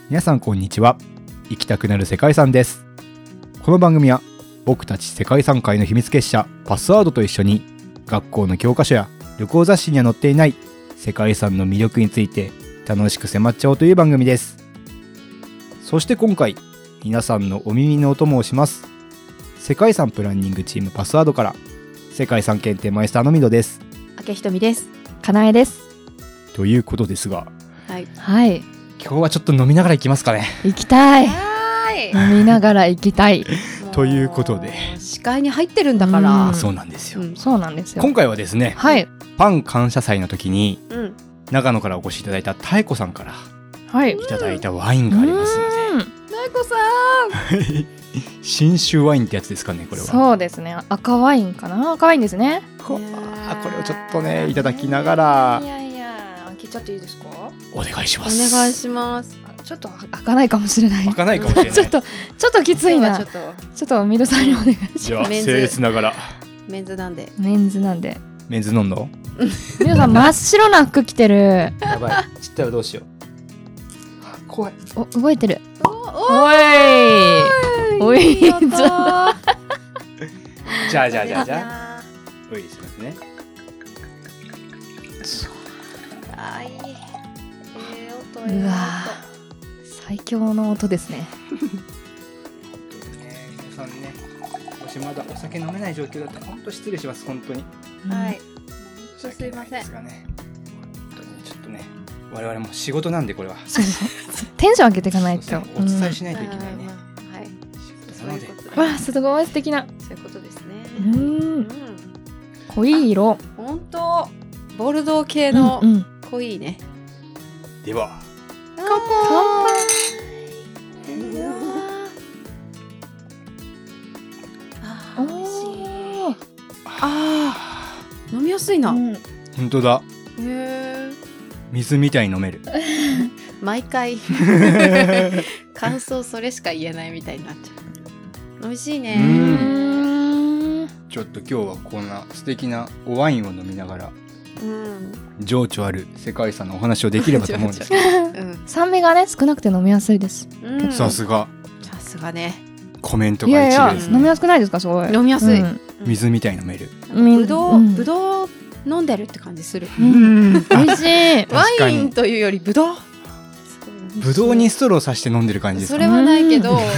皆さんこんにちは。行きたくなる世界遺産です。この番組は僕たち世界遺産界の秘密結社パスワードと一緒に学校の教科書や旅行雑誌には載っていない世界遺産の魅力について楽しく迫っちゃおうという番組です。そして今回皆さんのお耳のお供をします。世界遺産プランニングチームパスワードから世界遺産検定マイスターのみどです。 明ひとみです。 かなえです。 ということですが、 はい。 今日はちょっと飲みながら行きますかね。 行きたい。 はい飲みながら行きたい。 ということで、 視界に入ってるんだから、 そうなんですよ、 そうなんですよ。 今回はですね、 はい。 パン感謝祭の時にうん長野からお越しいただいた妙子さんからはい。 いただいたワインがありますので、 なこさ新酒ワインってやつですかね、これは。 そうですね。赤ワインかな。赤ワインですね。 これをちょっとねいただきながらいやいや、開けちゃっていいですか？ お願いしん、 ます。 お願いします。 ちょっと開かないかもしれない。 開かないかもしれない。 ちょっときついな。 ちょっとちょっとミドさんにお願いしじゃあメンズ僭越ながらメンズなんで。 ます。メンズなんで。 メンズ飲んのミドさん真っ白な服着てる。 やばい、ちったらどうしよう。怖い。 お、動いてる。 おおい。おい。 やったーじゃああおいしますね。 あいい。音うわ最強の音ですね。 皆さんね、もしまだお酒飲めない状況だったら本当失礼します。本当にはい。 申すいませんですがね、本当にちょっとね、我々も仕事なんでこれはそうそうテンション上げていかないと。 そうそうお伝えしないといけないね。 はい。 仕事なので、 わあ、すごい素敵な。 そういうことですね。 うん。濃い色。 本当。ボルドー系のうん。 濃いね。 では乾お美味しい。 ー飲みやすいな。 うん本当だ、 へえ。 水みたいに飲める。 毎回感想それしか言えないみたいになっちゃう。美味しいね。 ちょっと今日はこんな素敵なおワインを飲みながらうん。 情緒ある世界遺産のお話をできればと思うんですけど、 酸味がね少なくて飲みやすいです。 うん。 さすがさすがね。 コメントいやいやが一例ですね。 飲みやすくないですか？すごい飲みやすい。 うん水みたいに飲める。 ぶどう、 うんぶどう飲んでるって感じする。 美味しい。 ワ確かにインというよりぶどう。 ぶどうにストローさして飲んでる感じですか。 それはないけど。でも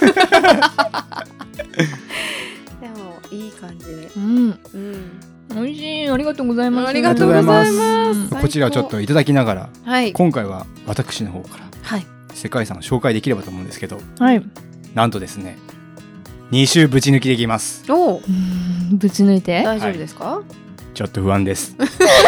いい感じで。 うん。 うん。 美味しい。ありがとうございます。 ありがとうございますうんこちらをちょっといただきながら、 はい。 今回は私の方からはい。 世界遺産を紹介できればと思うんですけど、 はい。 なんとですね、2週ぶち抜きできます。 おお。 ぶち抜いて。 大丈夫ですか？ ちょっと不安です。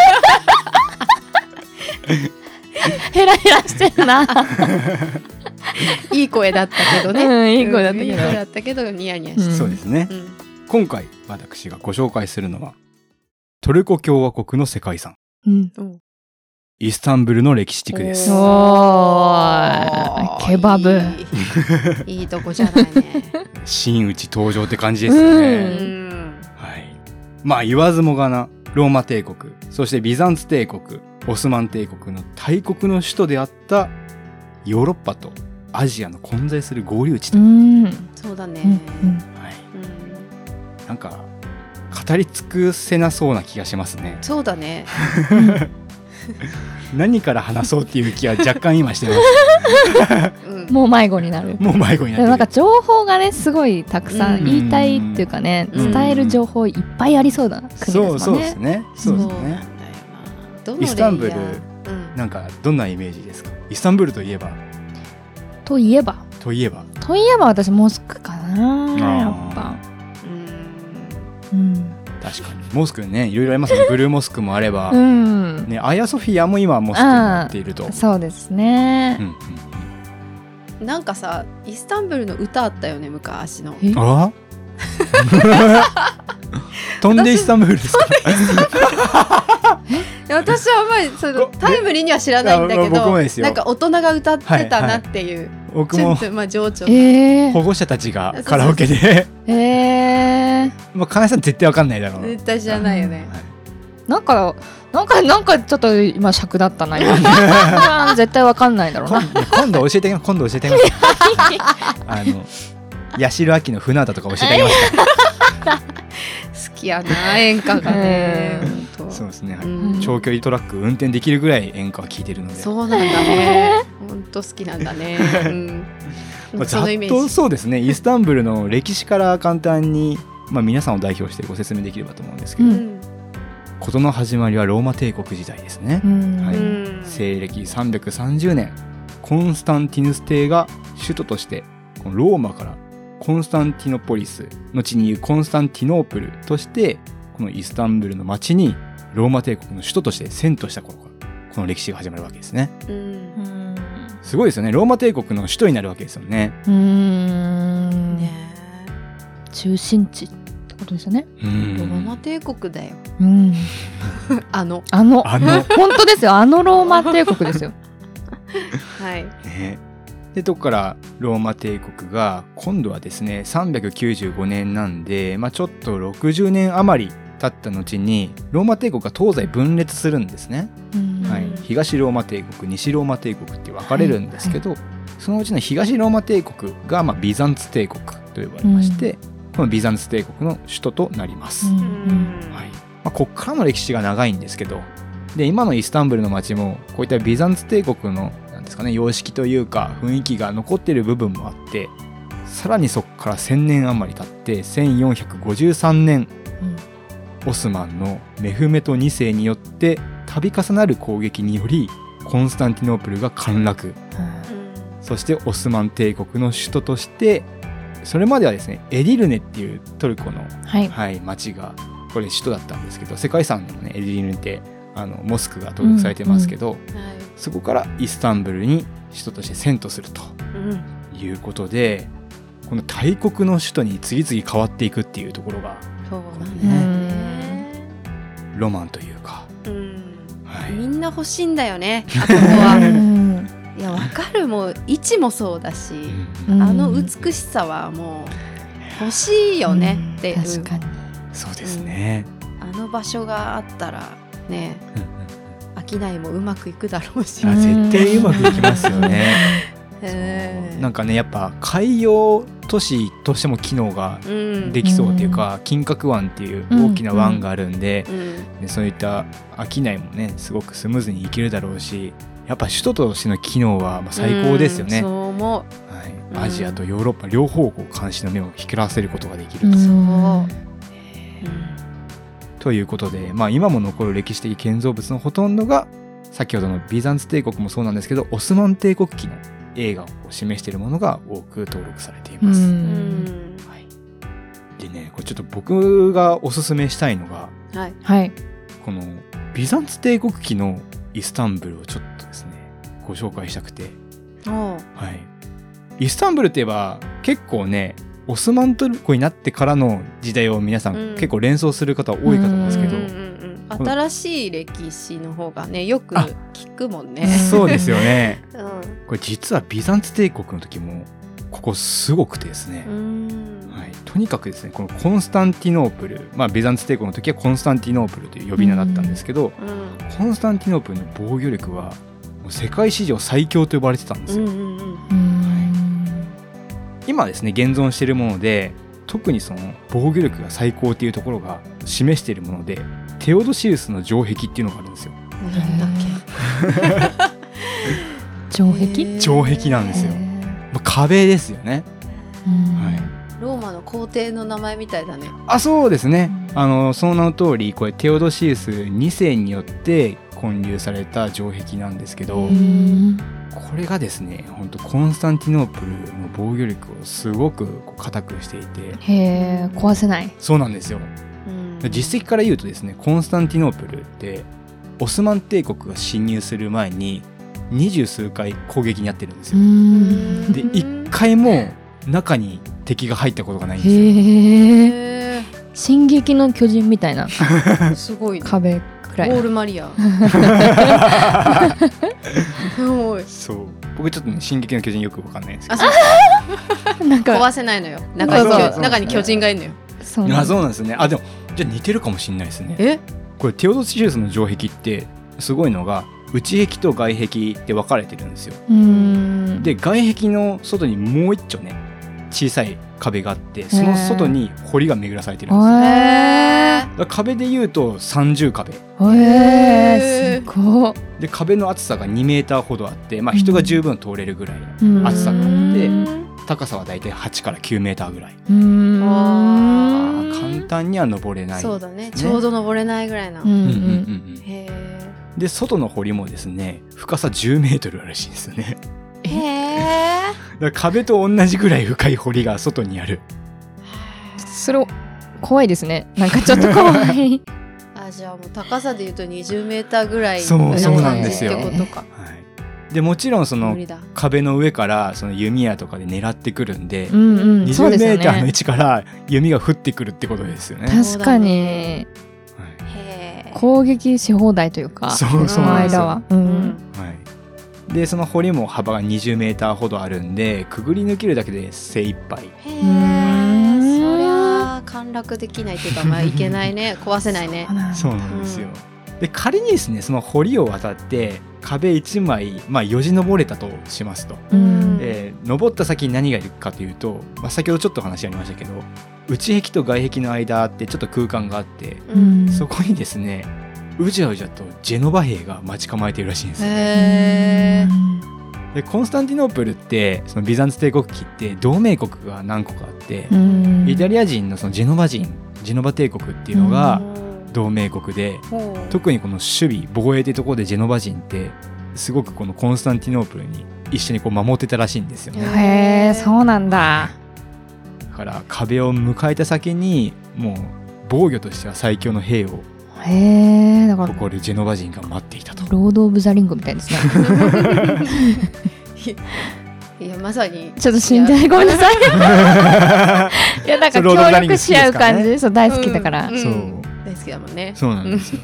ヘラヘラしてるな。 いい声だったけどね。 うんいい声だったけどいい声だったけどニヤニヤして。 そうですね。 うん。 今回私がご紹介するのはトルコ共和国の世界遺産うん。 イスタンブルの歴史地区です。 おーケバブ。 いいとこじゃないね。 真打ち登場って感じですようね。 ん。 はい。まあ言わずもがなローマ帝国、そしてビザンツ帝国、オスマン帝国の大国の首都であったヨーロッパとアジアの混在する合流地と、 うん。 そうだね。 はい、 うん。 なんか語り尽くせなそうな気がしますね。 そうだね。 何から話そうっていう気は若干今してます。 うん。 もう迷子になる。 もう迷子になってる。 でもなんか情報がねすごいたくさん言いたいっていうかね、 うん伝える情報いっぱいありそうな国ですもんね。 そうですね。そうですね。 なんだよな。どのイスタンブルレイヤーうん。 なんかどんなイメージですか？イスタンブルといえばといえば私モスクかなやっぱ。うん。 確かにモスクね、いろいろありますね。ブルーモスクもあれば、 うん。 ね、アヤソフィアも今モスクになっていると。 そうですね。 なんかさ、イスタンブルの歌あったよね、昔の。 えあ飛んでイスタンブルですか？ いや私はあんまりそのタイムリーには知らないんだけいや僕もど、 ですよなんか大人が歌ってたなっていう、 僕もちょっとまあ情緒。 保護者たちがカラオケで、まあ金井さん絶対わかんないだろうな。 絶対知らないよね。 はいなんかちょっと今尺だったな今絶対わかんないだろうな。 今度教えてあげます八代亜紀の船歌とか教えてあげますか好きやな演歌がね。本当そうですね、はいうん長距離トラック運転できるぐらい演歌は聴いてるので、 そうなんだね。本当好きなんだね。うんざっとそうですね、イスタンブールの歴史から簡単に、皆さんを代表してご説明できればと思うんですけど、事の始まりはローマ帝国時代ですね、はい西暦330年コンスタンティヌス帝が首都としてこのローマからコンスタンティノポリス後に言うコンスタンティノープルとしてこのイスタンブールの町にローマ帝国の首都として遷都した頃からこの歴史が始まるわけですね。すごいですよね。ローマ帝国の首都になるわけですよね。 ね中心地ってことですよね。 ローマ帝国だよ。あの本当ですよ。ローマ帝国ですよ。 はい。 ね、でどこからローマ帝国が今度はですね395年なんで、ちょっと60年余り経った後にローマ帝国が東西分裂するんですね。はい、東ローマ帝国西ローマ帝国って分かれるんですけど、そのうちの東ローマ帝国がビザンツ帝国と呼ばれまして、このビザンツ帝国の首都となります。はいこっからの歴史が長いんですけど、で今のイスタンブールの街もこういったビザンツ帝国のなんですかね、様式というか雰囲気が残っている部分もあって、さらにそこから1000年余り経って1453年、オスマンのメフメト2世によって度重なる攻撃によりコンスタンティノープルが陥落、そしてオスマン帝国の首都としてそれまではですねエディルネっていうトルコの、町がこれ首都だったんですけど、世界遺産でもねエディルネってモスクが登録されてますけど、そこからイスタンブールに首都として遷都するということで、この大国の首都に次々変わっていくっていうところがそうだね、 ロマンというか、 みんな欲しいんだよね、あそこはいやわかる、もう位置もそうだし、美しさはもう欲しいよねって、 確かにそうですね、 あの場所があったらね、商いもうまくいくだろうし、 絶対うまくいきますよねなんかねやっぱ海洋都市としても機能ができそうっていうか、金閣湾っていう大きな湾があるんで、でそういった商いもねすごくスムーズにいけるだろうし、やっぱ首都としての機能は最高ですよね。 そう思う、 アジアとヨーロッパ両方監視の目を光らせることができると、ということで、今も残る歴史的建造物のほとんどが先ほどのビザンツ帝国もそうなんですけど、オスマン帝国期の映画を示しているものが多く登録されています。でね、これちょっと僕がおすすめしたいのが、このビザンツ帝国期のイスタンブールをちょっとですねご紹介したくて、イスタンブールって言えば結構ねオスマントルコになってからの時代を皆さん結構連想する方多いかと思うんですけど、 新しい歴史の方がねよく聞くもんね。 そうですよね、これ実はビザンツ帝国の時もここすごくてですね、とにかくですねこのコンスタンティノープル、ビザンツ帝国の時はコンスタンティノープルという呼び名だったんですけど、コンスタンティノープルの防御力はもう世界史上最強と呼ばれてたんですよ。今ですね現存しているもので特にその防御力が最高っていうところが示しているもので、テオドシウスの城壁っていうのがあるんですよ。 なんだっけ城壁？ 城壁なんですよ。壁ですよね。 ローマの皇帝の名前みたいだね。 そうですね。その名の通りこれテオドシウス2世によって建立された城壁なんですけど、これがですね本当コンスタンティノープルの防御力をすごく固くしていて、 壊せない。 そうなんですよ。実績から言うとですねコンスタンティノープルってオスマン帝国が侵入する前に20数回攻撃にあってるんですよ。で1回も中に敵が入ったことがないんですよ。 進撃の巨人みたいなすごい、ね、 壁くらい。 ボールマリアそう僕ちょっとね進撃の巨人よく分かんないんですけどなんか壊せないのよ。中に巨人がいるのよ。 そうなんですね。でもじゃあ似てるかもしれないですね。 ここれテオドシウスの城壁ってすごいのが内壁と外壁って分かれてるんですよ。で外壁の外にもう一丁ね小さい壁があって、その外に堀が巡らされてるんですよ。だから壁でいうと30壁。 すごい。 で壁の厚さが2メーターほどあって、まあ、人が十分通れるぐらいの厚さがあって、高さはだいたい8から9メーターぐらい。簡単には登れない、 そうだね、ちょうど登れないぐらいな。で外の堀もですね深さ10メートルあるらしいんですよね。だから壁と同じぐらい深い堀が外にある。 それ怖いですね。なんかちょっと怖い。 じゃあもう高さでいうと20メーターぐらいそうなんですよ。 ってことか。 でもちろんその壁の上からその弓矢とかで狙ってくるんで、20メーターの位置から弓が降ってくるってことですよね。 確かに、攻撃し放題というか、 その間は。でその堀も幅が20メーターほどあるんで、くぐり抜けるだけで精一杯。 そりゃ陥落できないというか、まあいけないね、壊せないね。 そうなんですよ。で仮にですねその堀を渡って壁1枚、まあ、よじ登れたとしますと、登った先に何がいるかというと、まあ、先ほどちょっと話ありましたけど内壁と外壁の間ってちょっと空間があって、そこにですねうじゃうじゃとジェノバ兵が待ち構えているらしいんですよね。でコンスタンティノープルってそのビザンツ帝国期って同盟国が何個かあって、イタリア人のそのジェノバ帝国っていうのが同盟国で、特にこの守備防衛ってところでジェノバ人ってすごくこのコンスタンティノープルに一緒にこう守ってたらしいんですよね。 へー、そうなんだ。 だから壁を迎えた先にもう防御としては最強の兵を誇るジェノバ人が待っていたと。 ロード・オブ・ザ・リングみたいですね。 いやまさにちょっと死んでごめんなさい。いやなんか協力し合う感じ、そう大好きだから。 そう大好きだもんね。 そうなんですよ。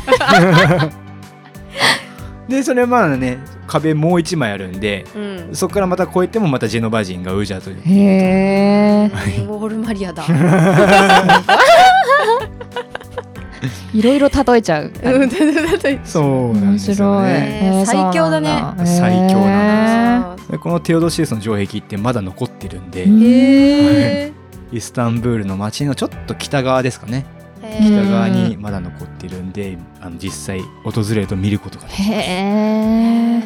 でそれまあね壁もう一枚あるんで、そこからまた越えてもまたジェノバ人がウジャという。 へー。 ウォールマリアだ。 いろいろ例えちゃう。 そうなんですよね。 最強だね。 最強なんですよ。このテオドシウスの城壁ってまだ残ってるんで、イスタンブールの街のちょっと北側ですかね。北側にまだ残ってるんで、実際訪れると見ることができます。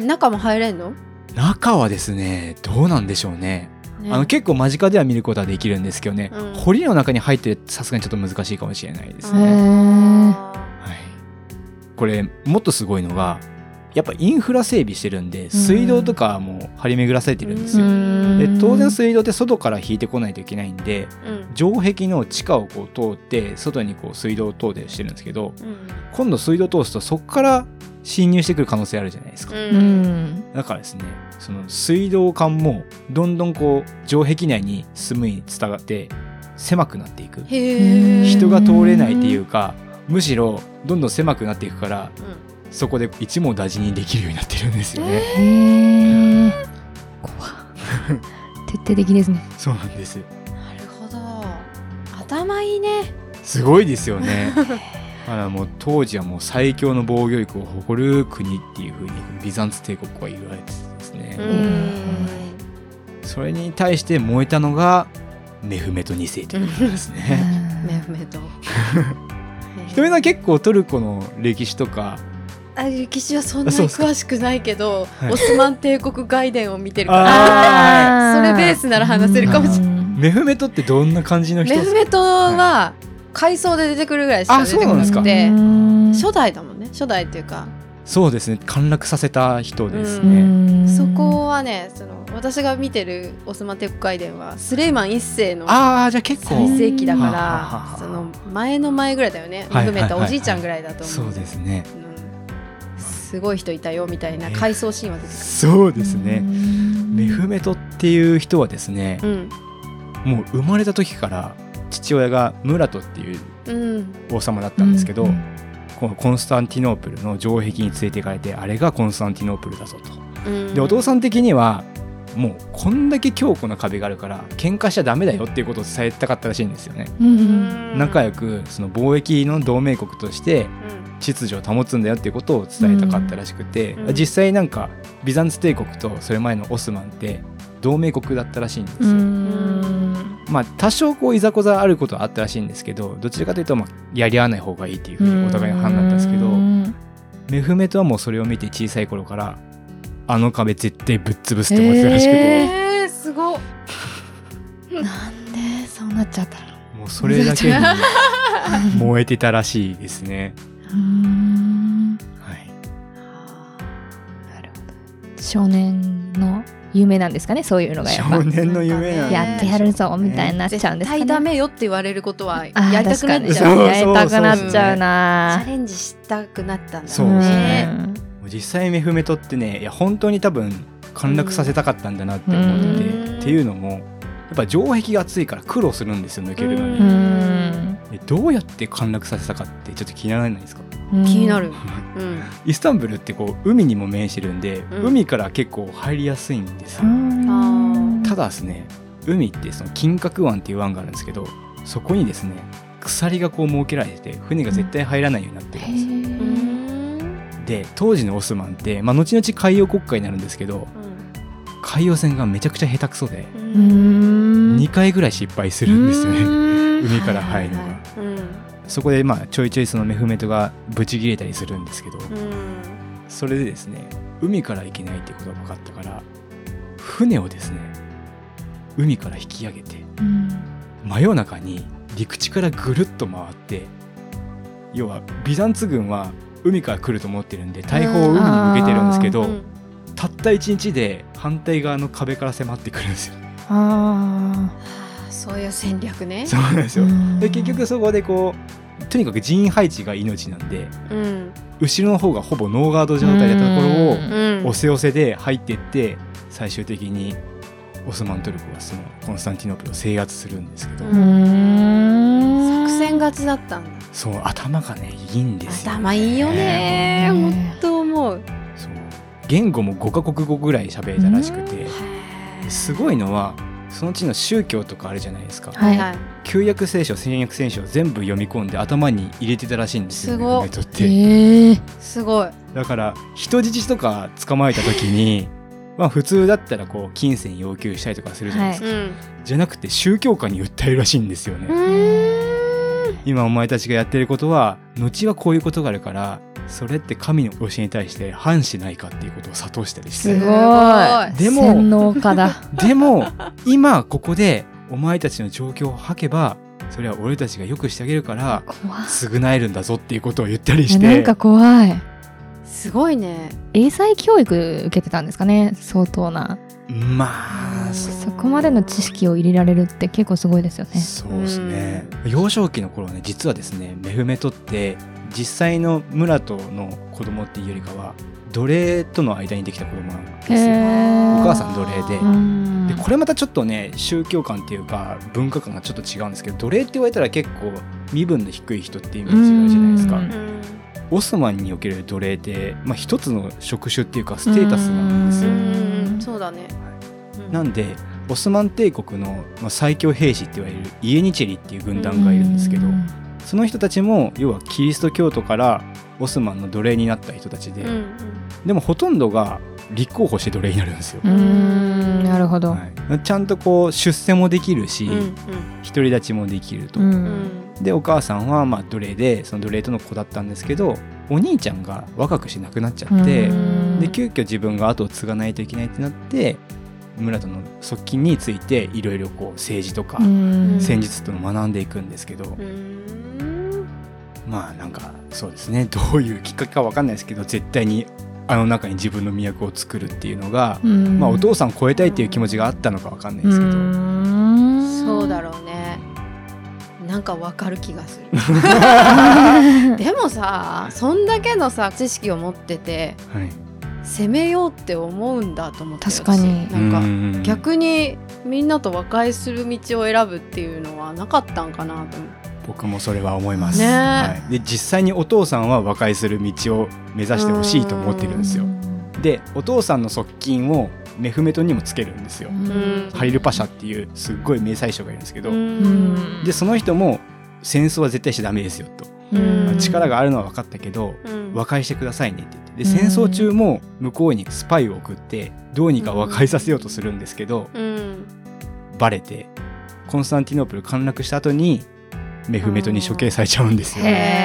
中も入れんの？ 中はですねどうなんでしょうね。結構間近では見ることはできるんですけどね、堀の中に入ってさすがにちょっと難しいかもしれないですね。これもっとすごいのがやっぱインフラ整備してるんで水道とかも張り巡らされてるんですよ。で当然水道って外から引いてこないといけないんで、城壁の地下をこう通って外にこう水道を通ってしてるんですけど、今度水道通すとそこから侵入してくる可能性あるじゃないですか。だからですねその水道管もどんどんこう城壁内にスムーズに伝わって狭くなっていく。人が通れないっていうかむしろどんどん狭くなっていくから、そこで一網打尽にできるようになってるんですよね。 怖徹底的ですね。 そうなんです。 なるほど、頭いいね。 すごいですよね。もう当時はもう最強の防御力を誇る国っていう風にビザンツ帝国は言われてですね。それに対して燃えたのがメフメト2世ということですね。 メフメト。 人は結構トルコの歴史とか歴史はそんなに詳しくないけど、オスマン帝国外伝を見てるからそれベースなら話せるかもしれない。 メフメトってどんな感じの人ですか？ メフメトは回想で出てくるぐらいしか出てこなくて、初代だもんね。初代っていうかそうですね、陥落させた人ですね。 そこはね私が見てるオスマン帝国外伝はスレイマン一世のじゃあ結構最盛期だからその前の前ぐらいだよね。メフメトおじいちゃんぐらいだと思う。 そうですね、 すごい人いたよみたいな回想シーンは出てくる。 そうですね。メフメトっていう人はですね、もう生まれた時から父親がムラトっていう王様だったんですけど、このコンスタンティノープルの城壁に連れて行かれて、あれがコンスタンティノープルだぞと。でお父さん的にはもうこんだけ強固な壁があるから喧嘩しちゃダメだよっていうことを伝えたかったらしいんですよね。仲良くその貿易の同盟国として秩序を保つんだよっていうことを伝えたかったらしくて、実際なんかビザンツ帝国とそれ前のオスマンって同盟国だったらしいんですよ。まあ多少こういざこざあることはあったらしいんですけど、どちらかというとまあやり合わない方がいいっていうふうにお互いの判断だったんですけど、メフメトはもうそれを見て小さい頃からあの壁絶対ぶっ潰すって思ってたらしくて、 すごっなんでそうなっちゃったの。 もうそれだけに燃えてたらしいですね。はい、 なるほど。少年の夢なんですかね、そういうのがやっぱ少年の夢なんやってやるぞみたいになっちゃうんですかね。 絶対ダメよって言われることはやりたくなっちゃう。 やりたくなっちゃうな。 チャレンジしたくなったんだね。 そうですね。実際メフメトってね、いや本当に多分陥落させたかったんだなって思ってて、っていうのもやっぱ城壁が厚いから苦労するんですよ、抜けるのに。どうやって陥落させたかってちょっと気にならないですか？ 気になる、 イスタンブルってこう海にも面してるんで、海から結構入りやすいんですよ。ただですね、海ってその金閣湾っていう湾があるんですけど、そこにですね鎖がこう設けられてて船が絶対入らないようになってるんですよ。で当時のオスマンって、まあ、後々海洋国家になるんですけど、海洋戦がめちゃくちゃ下手くそで2回ぐらい失敗するんですよね、海から入るのが。そこでまあちょいちょいそのメフメトがブチ切れたりするんですけど、それでですね海から行けないってことが分かったから、船をですね海から引き上げて、真夜中に陸地からぐるっと回って、要はビザンツ軍は海から来ると思ってるんで大砲を海に向けてるんですけど、たった1日で反対側の壁から迫ってくるんですよ。 そういう戦略ね。 そうなんですよ。で結局そこでこうとにかく人員配置が命なんで、後ろの方がほぼノーガード状態だったところを押せ押せで入っていって、最終的にオスマントルコがそのコンスタンティノープルを制圧するんですけど、 作戦勝ちだったんだ。 そう、頭がねいいんですよ、ね、 頭いいよね、もっと思う。 そう、言語も5カ国語ぐらい喋れたらしくて、すごいのはそのうちの宗教とかあるじゃないですか、旧約聖書新約聖書を全部読み込んで頭に入れてたらしいんですよ、ね、メトって。 すごい。 だから人質とか捕まえた時にまあ普通だったらこう金銭要求したりとかするじゃないですか、じゃなくて宗教家に訴えるらしいんですよね。今お前たちがやってることは後はこういうことがあるから、それって神の教えに対して反しないかっていうことを諭したりして、 すごい。 でも洗脳家だ。 でも今ここでお前たちの状況を吐けば、それは俺たちが良くしてあげるから償えるんだぞっていうことを言ったりして、 なんか怖い。 すごいね。 英才教育受けてたんですかね、相当な。 まあそこまでの知識を入れられるって結構すごいですよね。 そうですね。幼少期の頃ね、実はですねメフメトって実際のムラトの子供っていうよりかは奴隷との間にできた子供なんですよ。お母さん奴隷で、これまたちょっとね宗教観っていうか文化観がちょっと違うんですけど、奴隷って言われたら結構身分の低い人っていうイメージがあるじゃないですか。オスマンにおける奴隷って、まあ、一つの職種っていうかステータスなんですよ。 そうだね、 なんでオスマン帝国の、まあ、最強兵士って言われるイエニチェリっていう軍団がいるんですけど、その人たちも要はキリスト教徒からオスマンの奴隷になった人たちで、でもほとんどが立候補して奴隷になるんですよ。 なるほど、 ちゃんとこう出世もできるし、独り立ちもできると、でお母さんはまあ奴隷で、その奴隷との子だったんですけど、お兄ちゃんが若くして亡くなっちゃって、で急遽自分が後を継がないといけないってなって、ムラトの側近についていろいろこう政治とか戦術っていうのを学んでいくんですけど、まあなんかそうですね、どういうきっかけか分かんないですけど、絶対にあの中に自分の都を作るっていうのが、まあお父さんを超えたいっていう気持ちがあったのか分かんないですけど、 そうだろうね。なんか分かる気がする。でもさ、そんだけのさ知識を持ってて、攻めようって思うんだと思って。 確かに。 なんか逆にみんなと和解する道を選ぶっていうのはなかったんかなと思って。 僕もそれは思います、で実際にお父さんは和解する道を目指してほしいと思ってるんですよ。でお父さんの側近をメフメトにもつけるんですよ。ハリルパシャっていうすっごい名宰相がいるんですけど、でその人も戦争は絶対しちゃダメですよと、 力があるのは分かったけど、和解してくださいねって言って、で戦争中も向こうにスパイを送ってどうにか和解させようとするんですけど、バレてコンスタンティノープル陥落した後にメフメトに処刑されちゃうんですよ。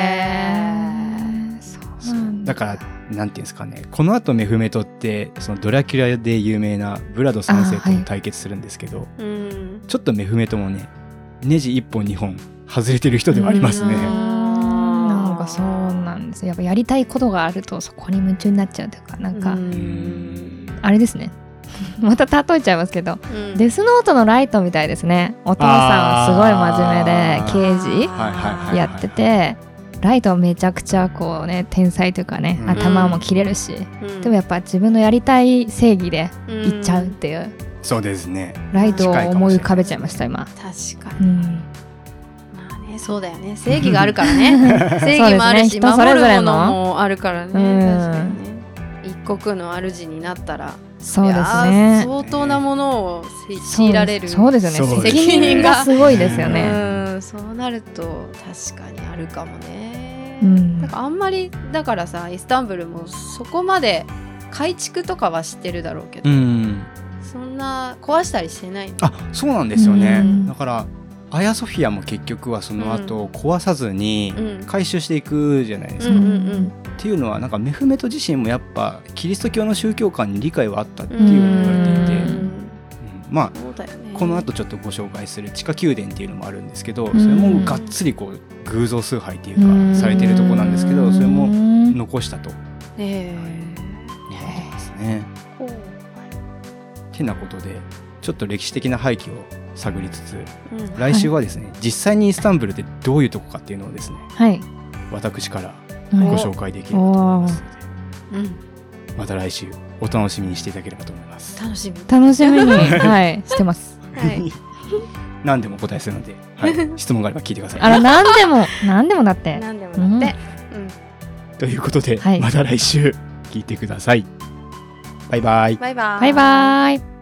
だからなんていうんですかね、この後メフメトってそのドラキュラで有名なブラド3世とも対決するんですけど、ちょっとメフメトもねネジ1本2本外れてる人ではありますね。 なんかそうなんです。やっぱやりたいことがあるとそこに夢中になっちゃうというか、なんかあれですねまた例えちゃいますけど、デスノートのライトみたいですね。お父さんはすごい真面目で刑事やってて、ライトはめちゃくちゃこうね天才というかね、頭も切れるし、でもやっぱ自分のやりたい正義でいっちゃうっていう、 そうですね。 ライトを思い浮かべちゃいました今。 確かに、まあね、そうだよね、正義があるからね正義もあるし、守るものもあるからね。確かにね、一国の主になったらそうですね、 相当なものを強いられる。 そうですよね、責任がすごいですよね。 そうなると確かにあるかもね。なんかあんまりだからさ、イスタンブルもそこまで改築とかは知ってるだろうけど、そんな壊したりしてない。 あ、そうなんですよね。だからアヤソフィアも結局はその後壊さずに改修していくじゃないですか。っていうのはなんかメフメト自身もやっぱキリスト教の宗教観に理解はあったっていうふうに言われていて、まあこの後ちょっとご紹介する地下宮殿っていうのもあるんですけど、それもがっつりこう偶像崇拝っていうかされてるとこなんですけど、それも残したと言われてますね。てなことでちょっと歴史的な背景を探りつつ、来週はですね、実際にイスタンブルってどういうとこかっていうのをですね、私からご紹介できればと思いますので、また来週お楽しみにしていただければと思います。 楽しみにしてます。 何でもお答えするので、質問があれば聞いてください。 あら、何でもだって。 ということで、また来週聞いてください。バイバイ。 バイバイ。